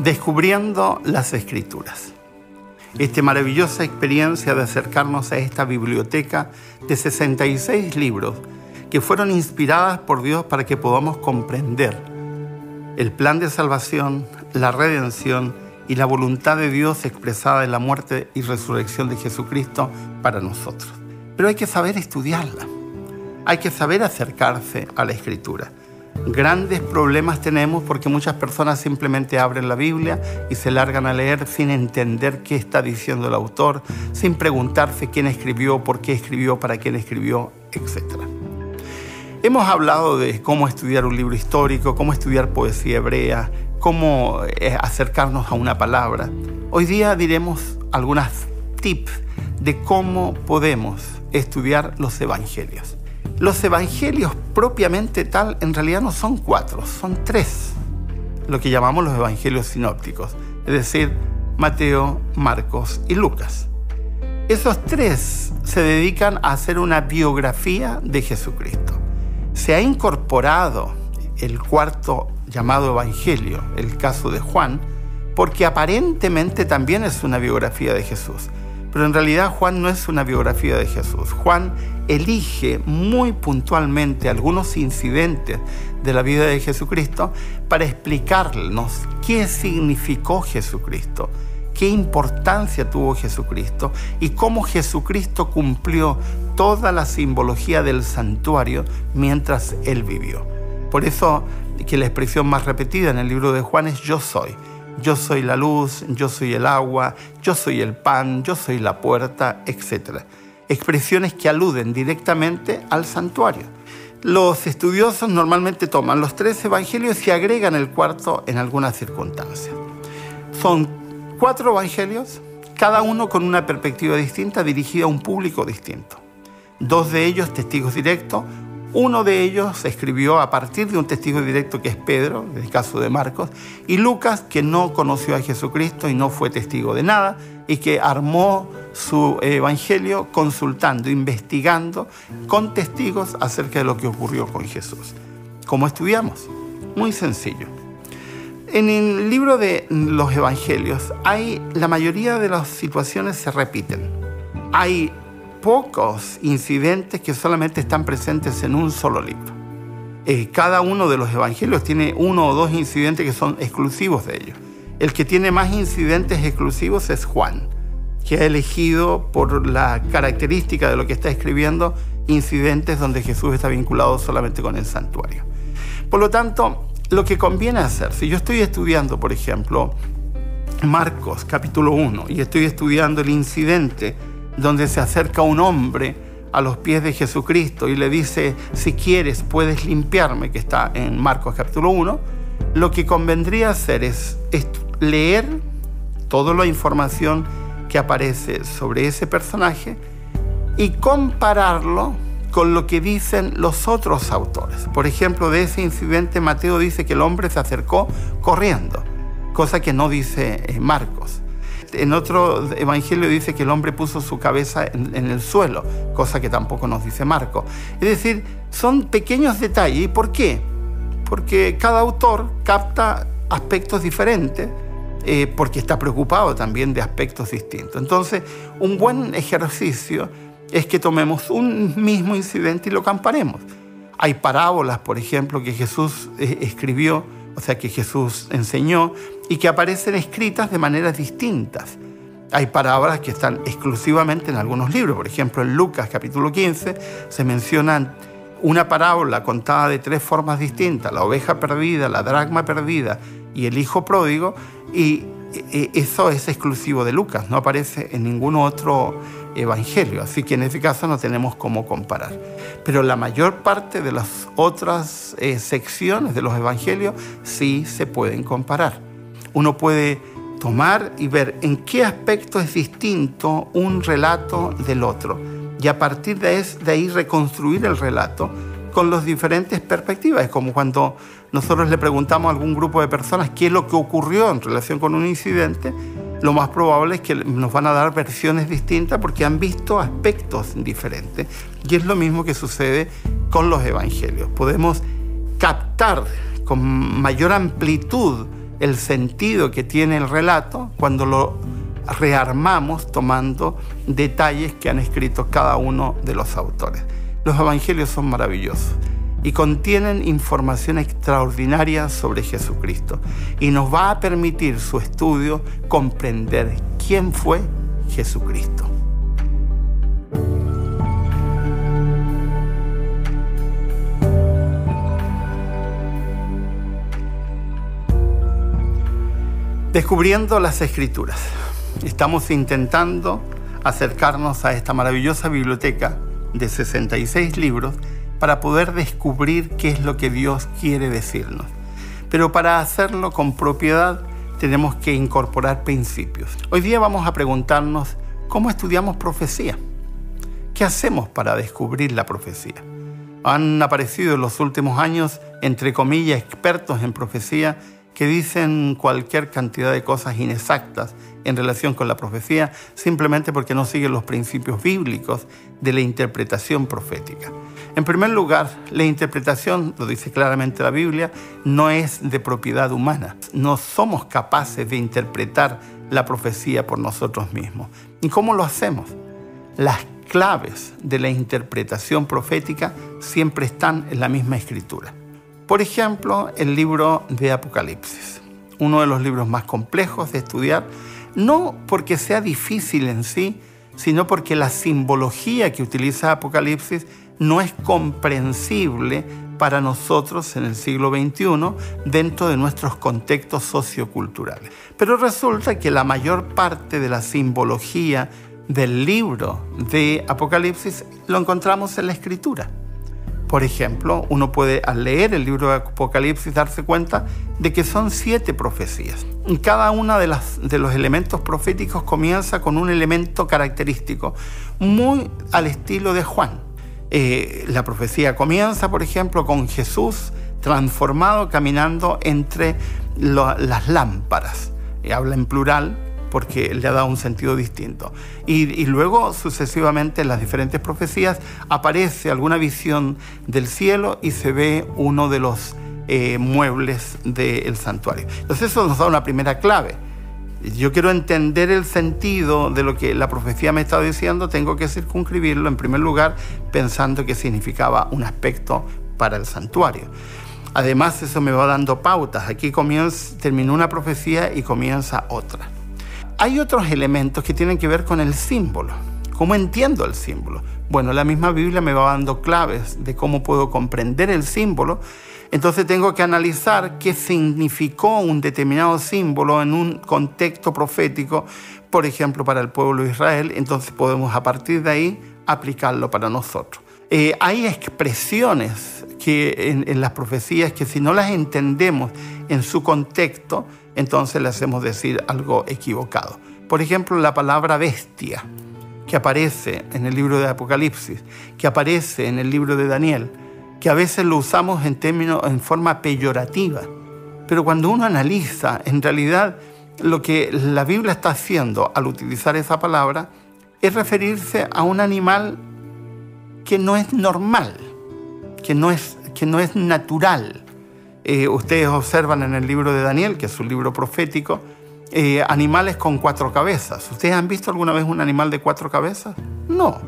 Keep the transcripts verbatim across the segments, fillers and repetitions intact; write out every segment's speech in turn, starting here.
Descubriendo las Escrituras. Esta maravillosa experiencia de acercarnos a esta biblioteca de sesenta y seis libros que fueron inspiradas por Dios para que podamos comprender el plan de salvación, la redención y la voluntad de Dios expresada en la muerte y resurrección de Jesucristo para nosotros. Pero hay que saber estudiarla, hay que saber acercarse a la Escritura. Grandes problemas tenemos porque muchas personas simplemente abren la Biblia y se largan a leer sin entender qué está diciendo el autor, sin preguntarse quién escribió, por qué escribió, para quién escribió, etcétera. Hemos hablado de cómo estudiar un libro histórico, cómo estudiar poesía hebrea, cómo acercarnos a una palabra. Hoy día diremos algunas tips de cómo podemos estudiar los evangelios. Los evangelios propiamente tal, en realidad no son cuatro, son tres, lo que llamamos los evangelios sinópticos, es decir, Mateo, Marcos y Lucas. Esos tres se dedican a hacer una biografía de Jesucristo. Se ha incorporado el cuarto llamado evangelio, el caso de Juan, porque aparentemente también es una biografía de Jesús. Pero en realidad Juan no es una biografía de Jesús. Juan elige muy puntualmente algunos incidentes de la vida de Jesucristo para explicarnos qué significó Jesucristo, qué importancia tuvo Jesucristo y cómo Jesucristo cumplió toda la simbología del santuario mientras Él vivió. Por eso que la expresión más repetida en el libro de Juan es yo soy. Yo soy la luz, yo soy el agua, yo soy el pan, yo soy la puerta, etcétera. Expresiones que aluden directamente al santuario. Los estudiosos normalmente toman los tres evangelios y agregan el cuarto en algunas circunstancias. Son cuatro evangelios, cada uno con una perspectiva distinta dirigida a un público distinto. Dos de ellos testigos directos. Uno de ellos se escribió a partir de un testigo directo que es Pedro, en el caso de Marcos, y Lucas, que no conoció a Jesucristo y no fue testigo de nada, y que armó su evangelio consultando, investigando con testigos acerca de lo que ocurrió con Jesús. ¿Cómo estudiamos? Muy sencillo. En el libro de los evangelios, hay, la mayoría de las situaciones se repiten. Hay pocos incidentes que solamente están presentes en un solo libro. Eh, cada uno de los evangelios tiene uno o dos incidentes que son exclusivos de ellos. El que tiene más incidentes exclusivos es Juan, que ha elegido por la característica de lo que está escribiendo incidentes donde Jesús está vinculado solamente con el santuario. Por lo tanto, lo que conviene hacer, si yo estoy estudiando, por ejemplo, Marcos capítulo uno y estoy estudiando el incidente donde se acerca un hombre a los pies de Jesucristo y le dice, si quieres puedes limpiarme, que está en Marcos capítulo uno, lo que convendría hacer es, es leer toda la información que aparece sobre ese personaje y compararlo con lo que dicen los otros autores. Por ejemplo, de ese incidente Mateo dice que el hombre se acercó corriendo, cosa que no dice Marcos. En otro evangelio dice que el hombre puso su cabeza en, en el suelo, cosa que tampoco nos dice Marcos. Es decir, son pequeños detalles. ¿Y por qué? Porque cada autor capta aspectos diferentes, eh, porque está preocupado también de aspectos distintos. Entonces, un buen ejercicio es que tomemos un mismo incidente y lo comparemos. Hay parábolas, por ejemplo, que Jesús eh, escribió, o sea, que Jesús enseñó y que aparecen escritas de maneras distintas. Hay parábolas que están exclusivamente en algunos libros. Por ejemplo, en Lucas capítulo quince se menciona una parábola contada de tres formas distintas: la oveja perdida, la dracma perdida y el hijo pródigo, y eso es exclusivo de Lucas, no aparece en ningún otro evangelio, así que en ese caso no tenemos cómo comparar. Pero la mayor parte de las otras eh, secciones de los evangelios sí se pueden comparar. Uno puede tomar y ver en qué aspecto es distinto un relato del otro y a partir de, es, de ahí reconstruir el relato con las diferentes perspectivas. Es como cuando nosotros le preguntamos a algún grupo de personas qué es lo que ocurrió en relación con un incidente, lo más probable es que nos van a dar versiones distintas porque han visto aspectos diferentes. Y es lo mismo que sucede con los evangelios. Podemos captar con mayor amplitud el sentido que tiene el relato cuando lo rearmamos tomando detalles que han escrito cada uno de los autores. Los evangelios son maravillosos y contienen información extraordinaria sobre Jesucristo y nos va a permitir su estudio comprender quién fue Jesucristo. Descubriendo las Escrituras. Estamos intentando acercarnos a esta maravillosa biblioteca de sesenta y seis libros para poder descubrir qué es lo que Dios quiere decirnos. Pero para hacerlo con propiedad tenemos que incorporar principios. Hoy día vamos a preguntarnos cómo estudiamos profecía. ¿Qué hacemos para descubrir la profecía? Han aparecido en los últimos años, entre comillas, expertos en profecía que dicen cualquier cantidad de cosas inexactas en relación con la profecía simplemente porque no siguen los principios bíblicos de la interpretación profética. En primer lugar, la interpretación, lo dice claramente la Biblia, no es de propiedad humana. No somos capaces de interpretar la profecía por nosotros mismos. ¿Y cómo lo hacemos? Las claves de la interpretación profética siempre están en la misma Escritura. Por ejemplo, el libro de Apocalipsis, uno de los libros más complejos de estudiar, no porque sea difícil en sí, sino porque la simbología que utiliza Apocalipsis no es comprensible para nosotros en el siglo veintiuno dentro de nuestros contextos socioculturales. Pero resulta que la mayor parte de la simbología del libro de Apocalipsis lo encontramos en la Escritura. Por ejemplo, uno puede al leer el libro de Apocalipsis darse cuenta de que son siete profecías. Cada uno de, las, de los elementos proféticos comienza con un elemento característico, muy al estilo de Juan. Eh, la profecía comienza, por ejemplo, con Jesús transformado caminando entre lo, las lámparas. Eh, habla en plural porque le ha dado un sentido distinto. Y, y luego, sucesivamente, en las diferentes profecías, aparece alguna visión del cielo y se ve uno de los eh, muebles del santuario. Entonces eso nos da una primera clave. Yo quiero entender el sentido de lo que la profecía me está diciendo, tengo que circunscribirlo, en primer lugar, pensando que significaba un aspecto para el santuario. Además, eso me va dando pautas. Aquí comienza, terminó una profecía y comienza otra. Hay otros elementos que tienen que ver con el símbolo. ¿Cómo entiendo el símbolo? Bueno, la misma Biblia me va dando claves de cómo puedo comprender el símbolo. Entonces tengo que analizar qué significó un determinado símbolo en un contexto profético, por ejemplo, para el pueblo de Israel. Entonces podemos a partir de ahí aplicarlo para nosotros. Eh, hay expresiones que en, en las profecías que si no las entendemos en su contexto, entonces le hacemos decir algo equivocado. Por ejemplo, la palabra bestia, que aparece en el libro de Apocalipsis, que aparece en el libro de Daniel, que a veces lo usamos en términos, en forma peyorativa. Pero cuando uno analiza, en realidad, lo que la Biblia está haciendo al utilizar esa palabra es referirse a un animal que no es normal, que no es, que no es natural. Eh, ustedes observan en el libro de Daniel, que es un libro profético, eh, animales con cuatro cabezas. ¿Ustedes han visto alguna vez un animal de cuatro cabezas? No.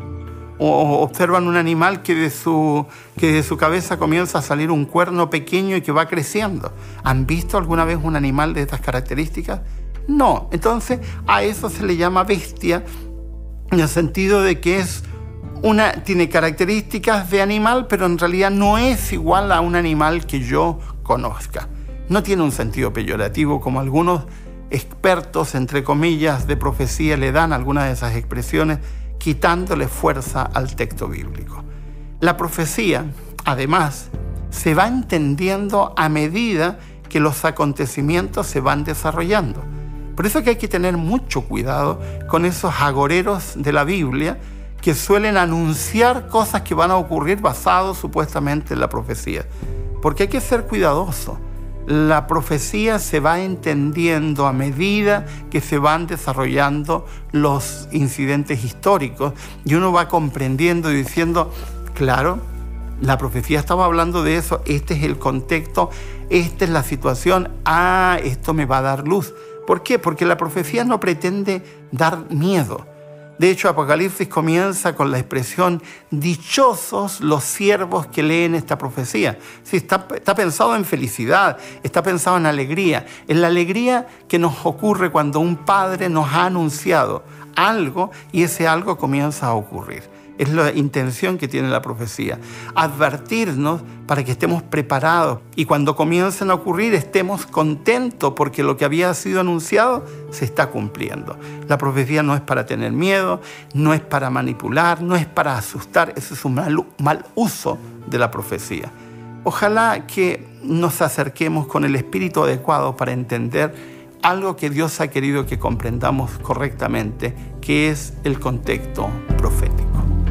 O observan un animal que de, su, que de su cabeza comienza a salir un cuerno pequeño y que va creciendo. ¿Han visto alguna vez un animal de estas características? No. Entonces, a eso se le llama bestia, en el sentido de que es una, tiene características de animal, pero en realidad no es igual a un animal que yo conozca. No tiene un sentido peyorativo como algunos expertos, entre comillas, de profecía le dan algunas de esas expresiones, quitándole fuerza al texto bíblico. La profecía, además, se va entendiendo a medida que los acontecimientos se van desarrollando. Por eso que hay que tener mucho cuidado con esos agoreros de la Biblia que suelen anunciar cosas que van a ocurrir basados supuestamente en la profecía. Porque hay que ser cuidadoso. La profecía se va entendiendo a medida que se van desarrollando los incidentes históricos y uno va comprendiendo y diciendo, claro, La profecía estaba hablando de eso, este es el contexto, esta es la situación, ah, esto me va a dar luz. ¿Por qué? Porque la profecía no pretende dar miedo. De hecho, Apocalipsis comienza con la expresión dichosos los siervos que leen esta profecía. Sí, está, está pensado en felicidad, está pensado en alegría, en la alegría que nos ocurre cuando un padre nos ha anunciado algo y ese algo comienza a ocurrir. Es la intención que tiene la profecía, advertirnos para que estemos preparados y cuando comiencen a ocurrir estemos contentos porque lo que había sido anunciado se está cumpliendo. La profecía no es para tener miedo, no es para manipular, no es para asustar, ese es un mal, mal uso de la profecía. Ojalá que nos acerquemos con el espíritu adecuado para entender algo que Dios ha querido que comprendamos correctamente, que es el contexto profético.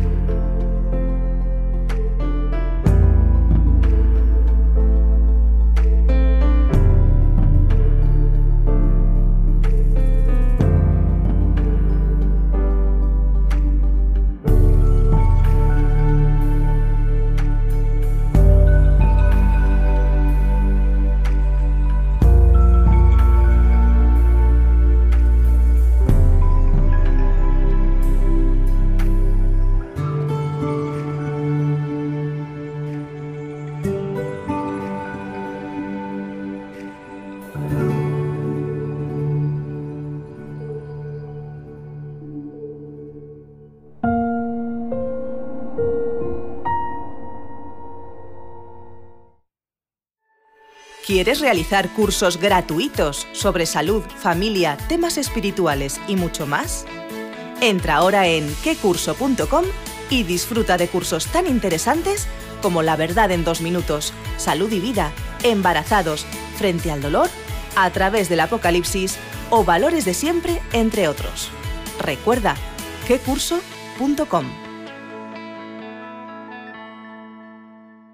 ¿Quieres realizar cursos gratuitos sobre salud, familia, temas espirituales y mucho más? Entra ahora en que curso punto com y disfruta de cursos tan interesantes como La verdad en dos minutos, Salud y vida, Embarazados, Frente al dolor, A través del Apocalipsis o Valores de siempre, entre otros. Recuerda, que curso punto com.